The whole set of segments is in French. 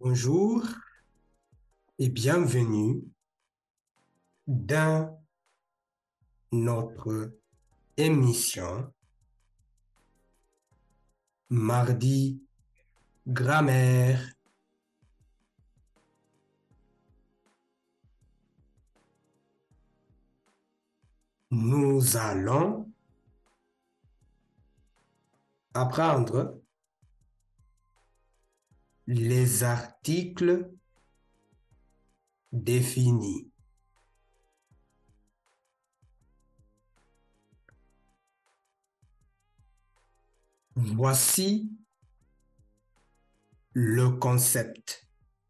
Bonjour et bienvenue dans notre émission Mardi Grammaire. Nous allons apprendre les articles définis. Voici le concept.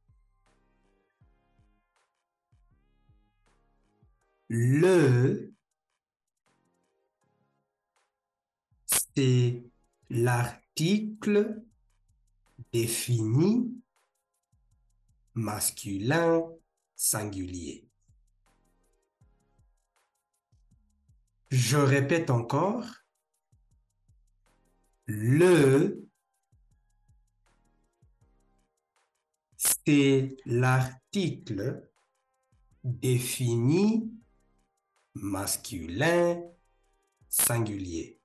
Le, c'est l'article défini masculin singulier. Je répète encore, le, c'est l'article défini masculin singulier.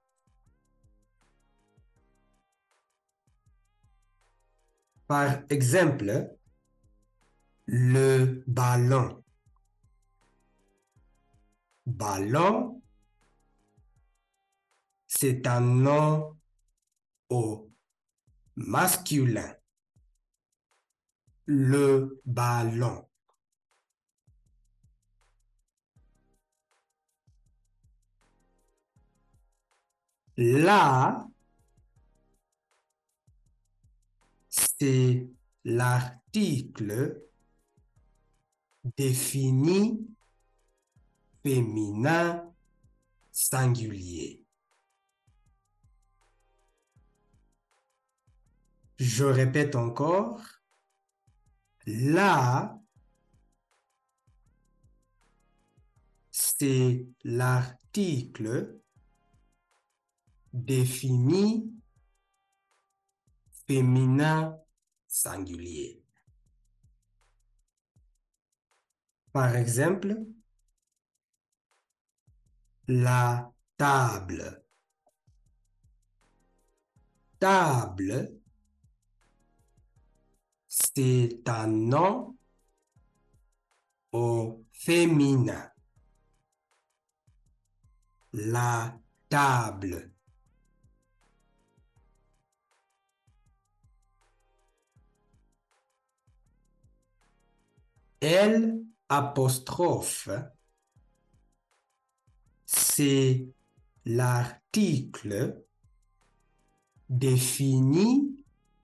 Par exemple, le ballon. Ballon, c'est un nom au masculin. Le ballon. Là, c'est l'article défini féminin singulier. Je répète encore, là, c'est l'article défini féminin singulier. Par exemple, la table. Table, c'est un nom au féminin. La table. L apostrophe, c'est l'article défini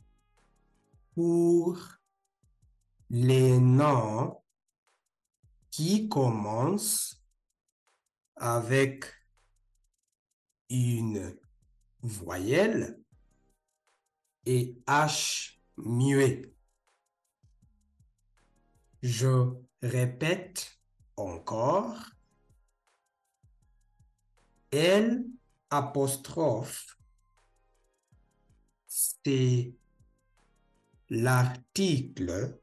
pour les noms qui commencent avec une voyelle et H muet. Je répète encore. L apostrophe, c'est l'article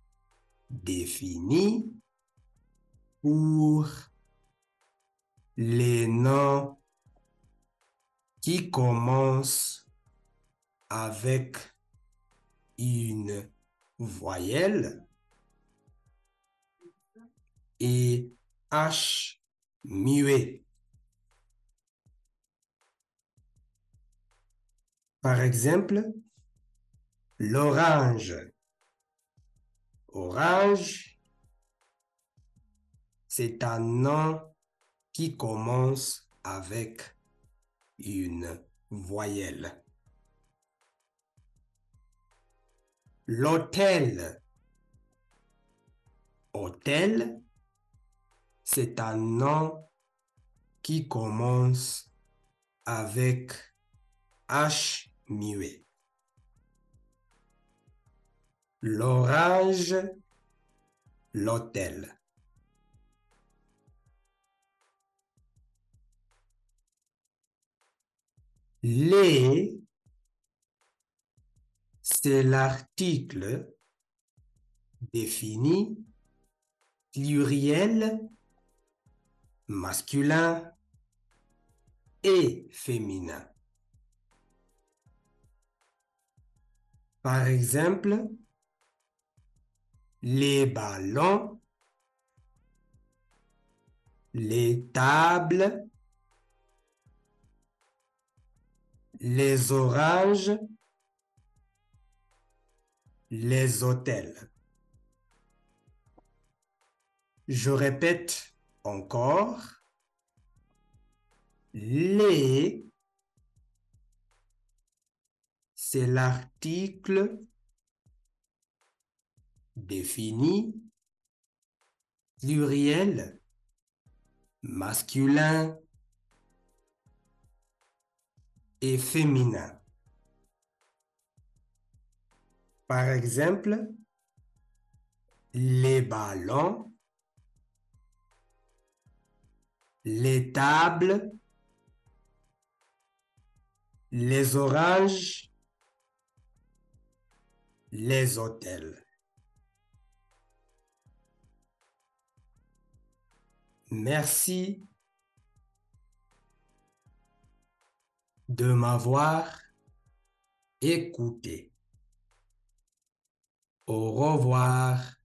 défini pour les noms qui commencent avec une voyelle et H muet. Par exemple, l'orange. Orange, c'est un nom qui commence avec une voyelle. L'hôtel. Hôtel, c'est un nom qui commence avec H muet. L'orange, l'hôtel. Les, c'est l'article défini, pluriel, masculin et féminin. Par exemple, les ballons, les tables, les oranges, les hôtels. Je répète encore, les, c'est l'article défini, pluriel, masculin et féminin. Par exemple, les ballons, les tables, les oranges, les hôtels. Merci de m'avoir écouté. Au revoir.